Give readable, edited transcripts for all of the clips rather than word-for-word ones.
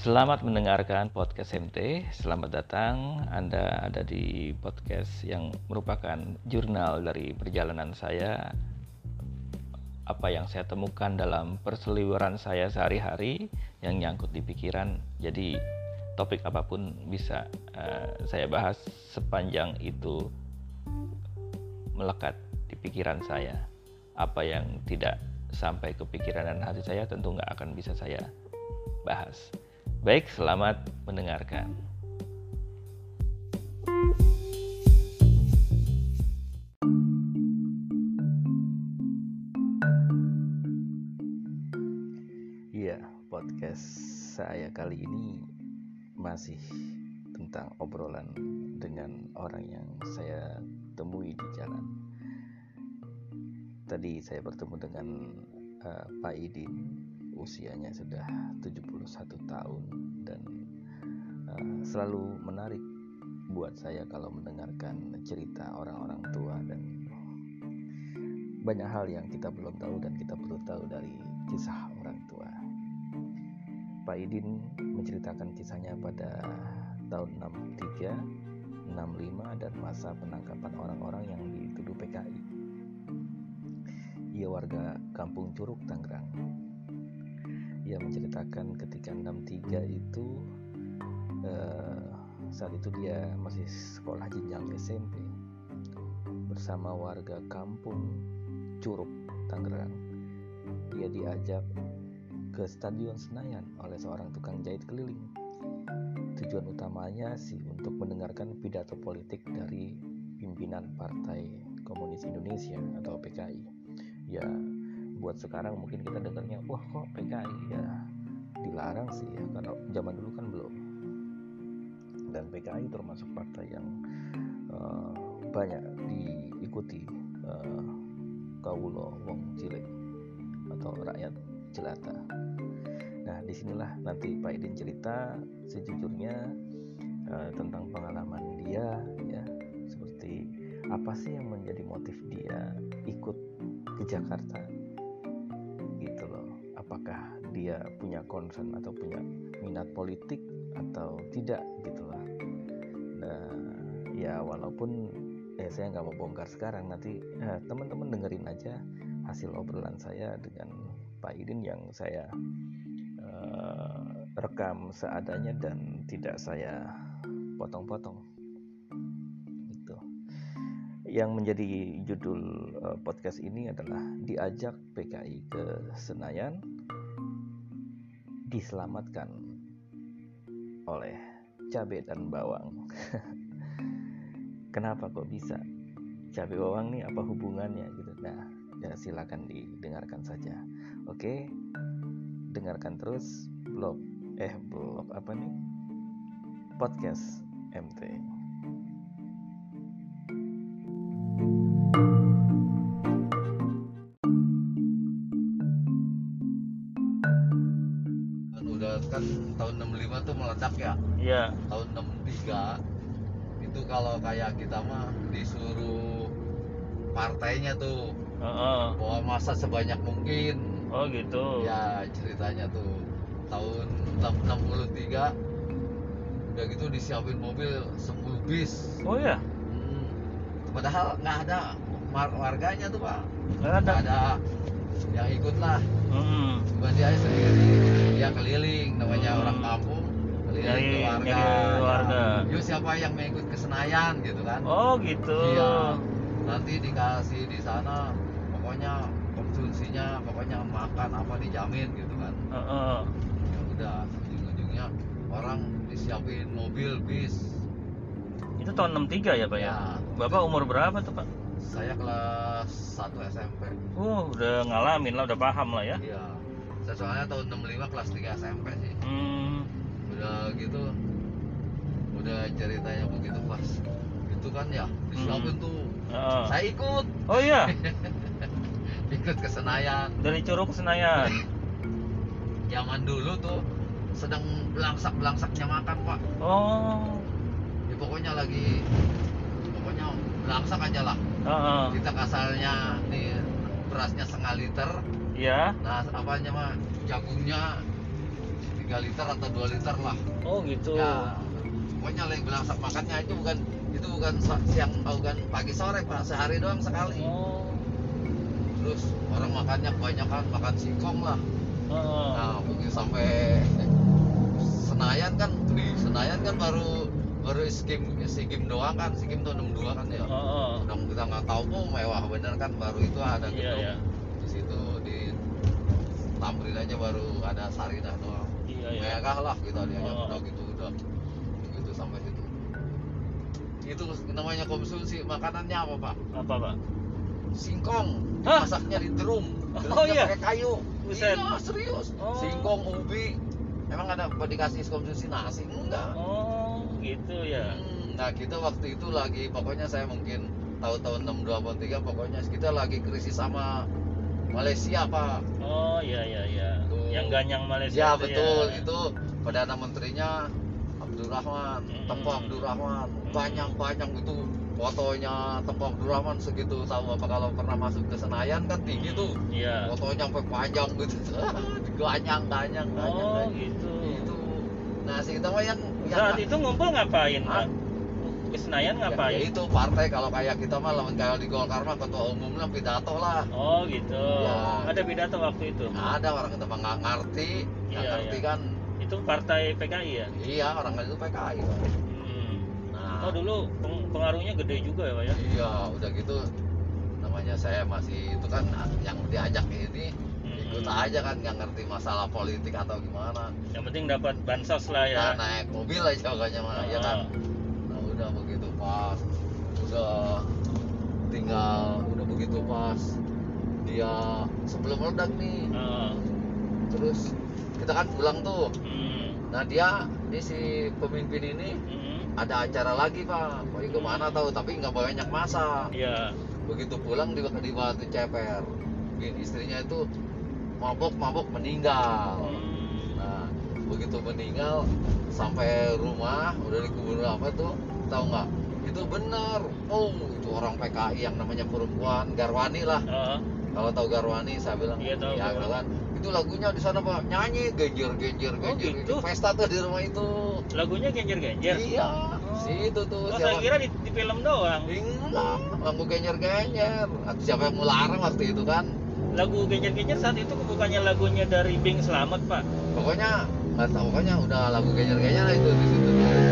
Selamat mendengarkan podcast MT. Selamat datang. Anda ada di podcast yang merupakan jurnal dari perjalanan saya, apa yang saya temukan dalam perseliweran saya sehari-hari yang nyangkut di pikiran. Jadi topik apapun bisa saya bahas sepanjang itu melekat di pikiran saya. Apa yang tidak sampai ke pikiran dan hati saya tentu nggak akan bisa saya bahas. Baik, selamat mendengarkan. Iya, podcast saya kali ini masih tentang obrolan dengan orang yang saya temui di jalan. Tadi saya bertemu dengan Pak Idin. Usianya sudah 71 tahun dan selalu menarik buat saya kalau mendengarkan cerita orang-orang tua, dan banyak hal yang kita belum tahu dan kita perlu tahu dari kisah orang tua. Pak Idin menceritakan kisahnya pada tahun 63, 65 dan masa penangkapan orang-orang yang dituduh PKI. Ia warga Kampung Curug, Tangerang. Ia menceritakan ketika 63 itu saat itu dia masih sekolah jenjang SMP bersama warga Kampung Curug, Tangerang. Dia diajak ke Stadion Senayan oleh seorang tukang jahit keliling. Tujuan utamanya sih untuk mendengarkan pidato politik dari pimpinan Partai Komunis Indonesia atau PKI. Ya, buat sekarang mungkin kita dengarnya, wah kok PKI ya dilarang sih ya, karena zaman dulu kan belum. Dan PKI termasuk partai yang banyak diikuti kawulo wong cilik atau rakyat jelata. Nah, disinilah nanti Pak Idin cerita sejujurnya tentang pengalaman dia, ya, seperti apa sih yang menjadi motif dia ikut ke Jakarta. Apakah dia punya concern atau punya minat politik atau tidak gitulah. Nah, ya walaupun saya nggak mau bongkar sekarang, nanti teman-teman dengerin aja hasil obrolan saya dengan Pak Idin yang saya rekam seadanya dan tidak saya potong-potong. Gitu. Yang menjadi judul podcast ini adalah diajak PKI ke Senayan, diselamatkan oleh cabai dan bawang. Kenapa kok bisa? Cabai bawang nih apa hubungannya gitu. Nah, ya silakan didengarkan saja. Oke. Dengarkan terus blog apa nih? Podcast MT. Kan tahun 65 tuh meledak ya. Iya. Tahun 63 itu kalau kayak kita mah disuruh partainya tuh bawa massa sebanyak mungkin. Oh gitu. Ya ceritanya tuh tahun 63 udah gitu disiapin mobil 10 bis. Oh ya. Padahal nggak ada warganya tuh Pak. Nggak ada yang ikut lah. Cuma dia sendiri, dia keliling, namanya orang kampung, keliling ke warga. Yuk siapa yang mau ikut ke Senayan gitu kan? Oh gitu. Iya. Nanti dikasih di sana, pokoknya konsumsinya, pokoknya makan apa dijamin gitu kan? Ya udah, ujung-ujungnya orang disiapin mobil, bis. Itu tahun 63 ya Pak ya? Bapak umur berapa tuh Pak? Saya kelas 1 SMP. Udah ngalamin lah, udah paham lah ya. Iya. Saya soalnya tahun 65 kelas 3 SMP sih. Udah gitu. Udah ceritanya begitu pas. Itu kan ya disiapin tuh. Saya ikut. Oh iya. Ikut ke Senayan. Dari Curug ke Senayan. Zaman dulu tuh sedang belangsak-belangsaknya makan, Pak. Oh. Ya pokoknya belangsak aja lah. Kita kasalnya nih berasnya 0,5 liter. Iya. Nah, apanya mah jagungnya 3 liter atau 2 liter lah. Oh gitu. Ya, pokoknya lagi bilang makannya itu bukan siang, bukan pagi sore Pak, sehari doang sekali. Oh. Terus orang makannya kebanyakan makan singkong lah. Nah, begitu sampai Senayan kan baru SEA Games doang kan, SEA Games tuh 62 kan ya. Udah kita nggak tahu kok mewah bener kan, baru itu ada gitu. Iya. Di situ di Tamrin aja baru ada Sarinah doang. Iya. Megah lah gitu dia aja udah gitu sampai situ. Itu namanya konsumsi makanannya apa Pak? Apa Pak? Singkong, Hah? masaknya di drum, Oh, iya? pakai kayu. Buset. Iya serius. Oh. Singkong, ubi. Emang ada dikasih konsumsi nasi? Enggak. Oh gitu ya. Nah kita waktu itu lagi, pokoknya saya mungkin tahun 62 atau 3, pokoknya kita lagi krisis sama Malaysia Pak. Oh iya. Tuh. Yang ganyang Malaysia. Ya itu betul, ya. itu Perdana Menterinya Abdurrahman, Tengku Abdurrahman, banyak itu fotonya Tengku Abdurrahman segitu. Tahu apa kalau pernah masuk ke Senayan kan tinggi tuh, Iya. fotonya sampai panjang gitu, ganyang. Oh gitu. Itu. Nah kita mah yang Saat itu ngumpul ngapain Hah? Pak? Ke Senayan ya ngapain? itu partai, kalau kayak kita mah lawan kayak di Golkar mah ketua umumnya pidato lah. Oh gitu. Ya. Ada pidato waktu itu. Ada orang kita mah nggak ngerti, Iya. kan. Itu partai PKI ya? Iya, orang itu PKI. Nah, Oh dulu pengaruhnya gede juga ya Pak ya? iya, udah gitu namanya saya masih itu kan yang diajak ini ikut aja kan, nggak ngerti masalah politik atau gimana. Yang penting dapat bansos lah ya. Nah, naik mobil aja pokoknya mah, ya kan. Nah, udah begitu pas, udah begitu pas dia sebelum meledak nih. Terus kita kan pulang tuh. Nah dia si pemimpin ini ada acara lagi Pak, mau kemana tahu, tapi nggak banyak masa. Iya. Begitu pulang di Batu Ceper, istrinya itu mabok meninggal. Nah begitu meninggal sampai rumah udah dikubur apa tuh, tahu nggak? Itu bener, itu orang PKI yang namanya perempuan Garwani lah. Kalau tahu Garwani saya bilang, iya, tahu, ya kan. Itu lagunya di sana Pak, nyanyi genjer. gitu? Pesta tuh di rumah itu. Lagunya genjer-genjer. Iya, situ tuh. Oh, saya kira di film doang. Enggak, lagu genjer. Siapa yang melarang waktu itu kan? Lagu genjer-genjer saat itu bukannya lagunya dari Bing Slamet Pak? Pokoknya nggak tahu, pokoknya udah lagu genjer lah itu di situ.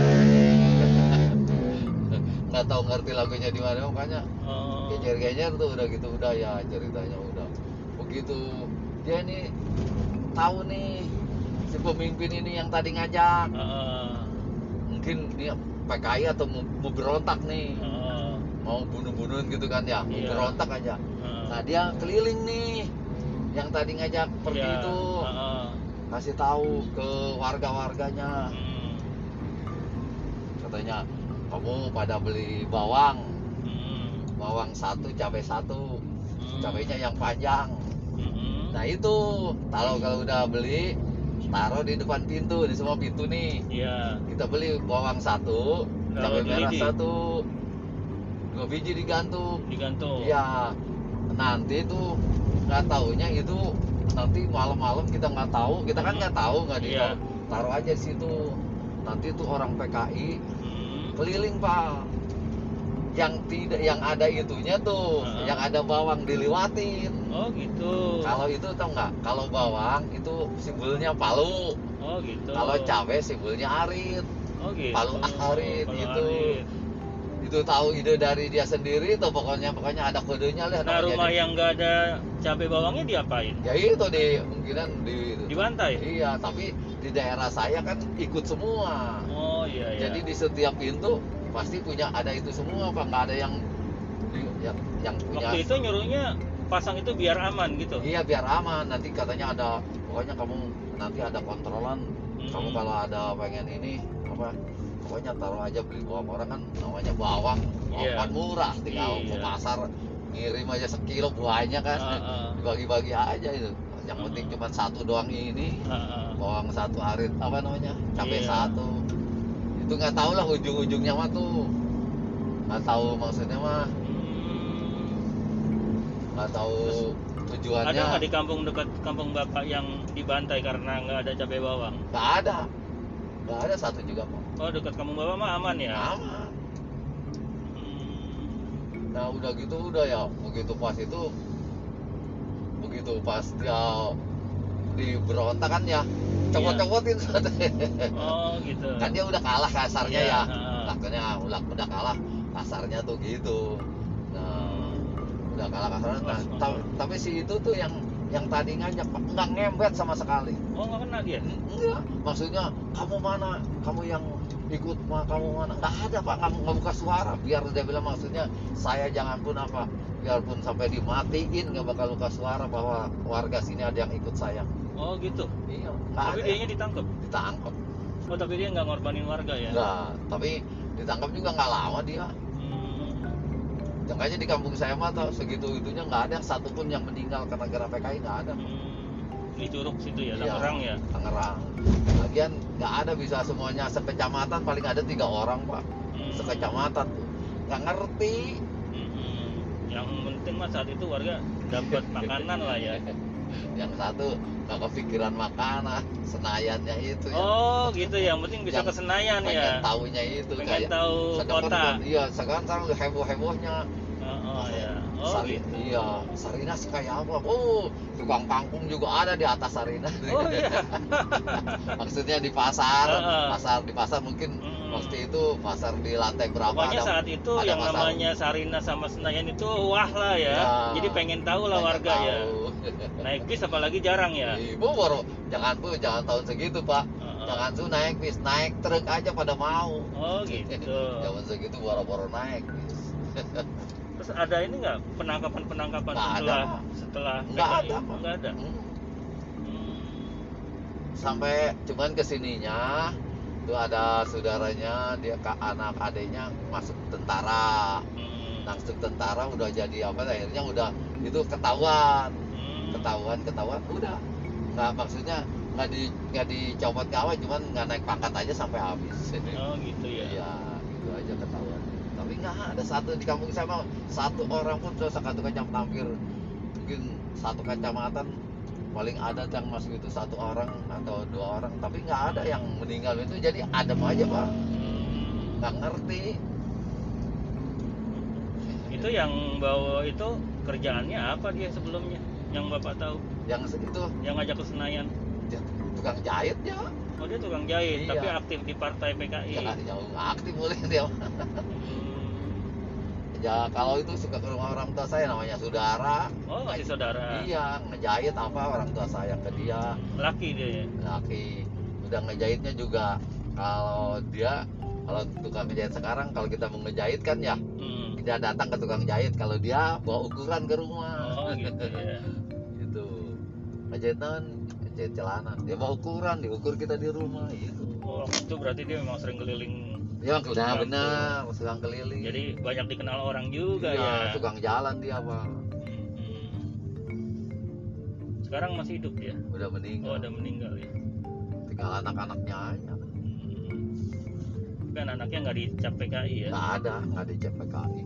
Nggak tahu ngerti lagunya di mana, makanya genjer tuh udah gitu, udah ya ceritanya udah begitu. Dia nih tahu nih si pemimpin ini yang tadi ngajak, mungkin dia PKI atau mau berontak nih, mau bunuh-bunuhin gitu kan ya, mau berontak aja. Nah dia keliling nih yang tadi ngajak pergi itu, kasih tahu ke warga-warganya, katanya kamu pada beli bawang 1, cabai 1, cabainya yang panjang. Nah itu kalau udah beli taruh di depan pintu, di semua pintu nih. Iya. Kita beli bawang 1, cabai merah 1, 2 biji digantung. Iya. Nanti tuh nggak taunya itu nanti malam-malam kita nggak tahu, kita kan nggak tahu nggak di taruh aja di situ. Nanti tuh orang PKI keliling Pak, yang ada itunya tuh, yang ada bawang diliwatin. Oh gitu. Kalau itu tau nggak, kalau bawang itu simbolnya Palu. Oh gitu. Kalau cabai simbolnya arit. Oh gitu. Palu arit itu. Itu tahu ide dari dia sendiri tuh, pokoknya ada kodenya lah. Nah rumah yang nggak ada cabai bawangnya diapain? Ya itu mungkinan dibantai. Iya, tapi di daerah saya kan ikut semua. Oh iya. Jadi di setiap pintu pasti ada itu semua Pak, nggak ada yang punya. Waktu itu nyuruhnya pasang itu biar aman gitu. Iya biar aman, nanti katanya ada, pokoknya kamu nanti ada kontrolan. Kamu kalau ada pengen ini apa, pokoknya taruh aja, beli bawang, orang kan namanya bawang kan murah, tinggal ke pasar ngirim aja sekilo buahnya kan, dibagi-bagi aja itu. Yang penting cuma 1 doang ini, bawang 1 arit apa namanya, cabai 1. Itu nggak tahu lah ujung-ujungnya mah tuh, nggak tahu maksudnya mah, nggak tahu tujuannya. Ada nggak di kampung dekat kampung Bapak yang dibantai karena nggak ada cabai bawang? Nggak ada satu juga Pak. Oh, dekat kampung Bapak mah aman ya? Aman. Nah udah gitu udah ya, begitu pas dia diberontak kan ya, copot-copotin. Oh gitu. Kan dia udah kalah kasarnya ya, Iya. udah kalah kasarnya tuh gitu. Nah udah kalah kasarnya. Nah, tapi si itu tuh yang tadi ngajak Pak, nggak ngembet sama sekali. Oh, nggak kena dia? Enggak, maksudnya kamu mana, kamu yang ikut kamu mana, nggak ada Pak, nggak buka suara. Biar dia bilang maksudnya saya jangan pun apa, biarpun sampai dimatiin nggak bakal buka suara bahwa warga sini ada yang ikut saya. Oh gitu. Iya. Tapi dianya ditangkap. Ditangkap. Oh, tapi dia nggak ngorbanin warga ya? Enggak, tapi ditangkap juga nggak lama dia. Makanya di kampung saya mah tuh segitu-itunya nggak ada satupun yang meninggal karena gara PKI, nggak ada. Di Curug situ ya, Iya, Tangerang ya? Tangerang. Lagian nggak ada bisa semuanya, sekecamatan paling ada 3 orang Pak. Sekecamatan tuh nggak ngerti. Yang penting mah saat itu warga dapat makanan lah ya. Yang satu nggak kepikiran makanan, Senayannya itu ya. Oh gitu, yang penting bisa ke Senayan pengen ya. taunya itu Pengen kayak tahu sekarang kota. kan, iya sekarang heboh-hebohnya. Oh ya. Oh gitu. Iya, Sarina sih kayak apa? Oh, tukang kangkung juga ada di atas Sarina. Oh iya. Maksudnya di pasar, di pasar mungkin pasti itu pasar di lantai berapa. Pokoknya saat itu ada yang pasar. namanya Sarina sama Senayan itu wah lah ya. Jadi pengen tahu lah Pengen warga ya. tahu. Naik bis apalagi jarang ya. Ibu baru jangan tahun segitu Pak. Jangan tuh naik bis, naik truk aja pada mau. Oh gitu. Zaman segitu boro-boro naik bis. Terus ada ini nggak penangkapan setelah Nggak PKI? ada Pak. Nggak ada. Sampai cuman kesininya tuh ada saudaranya, dia anak adiknya masuk tentara. Masuk tentara udah jadi apa, akhirnya udah itu ketahuan udah nggak, maksudnya nggak dicopot kawan, cuman nggak naik pangkat aja sampai habis. Oh gitu ya. Iya, gitu aja ketahuan. Tapi nggak ada satu di kampung saya mah, satu orang pun satu kecamatan, hampir mungkin satu kecamatan paling ada yang masuk itu 1 orang atau 2 orang, tapi nggak ada yang meninggal itu. Jadi adem aja Pak, nggak ngerti. Itu yang bawa itu kerjaannya apa dia sebelumnya? Yang Bapak tahu? Yang itu Yang ngajak ke Senayan? tukang jahit ya. Oh dia tukang jahit, Iya. tapi aktif di partai PKI. Ya jauh aktif boleh dia. Ya kalau itu suka ke rumah orang tua saya, namanya saudara. Oh masih saudara? Iya, ngejahit apa orang tua saya ke dia. Laki dia ya? Laki. Udah ngejahitnya juga, kalau tukang ngejahit sekarang, kalau kita mau ngejahit kan ya kita datang ke tukang jahit, kalau dia bawa ukuran ke rumah. Oh gitu ya. Gitu. Ngejahit celana, dia bawa ukuran, diukur kita di rumah gitu. Oh itu berarti dia memang sering keliling. Ya benar, sedang keliling. Jadi banyak dikenal orang juga ya. Tukang jalan dia Pak. Sekarang masih hidup dia? Udah meninggal. Oh udah meninggal ya. Tinggal anak-anaknya aja. Kan anaknya nggak dicap PKI ya? Nggak dicap PKI.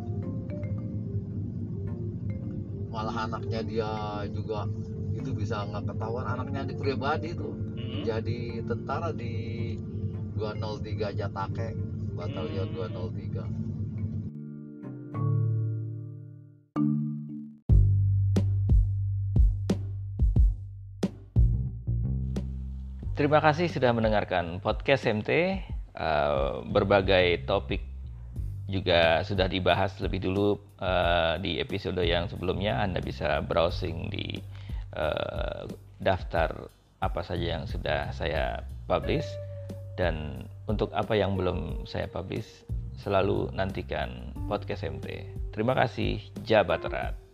Malah anaknya dia juga itu bisa nggak ketahuan, anaknya di pribadi tuh. Jadi tentara di 203 Jatake, Batalion 203. Terima kasih sudah mendengarkan podcast MT. Berbagai topik juga sudah dibahas lebih dulu di episode yang sebelumnya. Anda bisa browsing di daftar apa saja yang sudah saya publish, dan untuk apa yang belum saya publish selalu nantikan podcast MT. Terima kasih, Jabat Erat.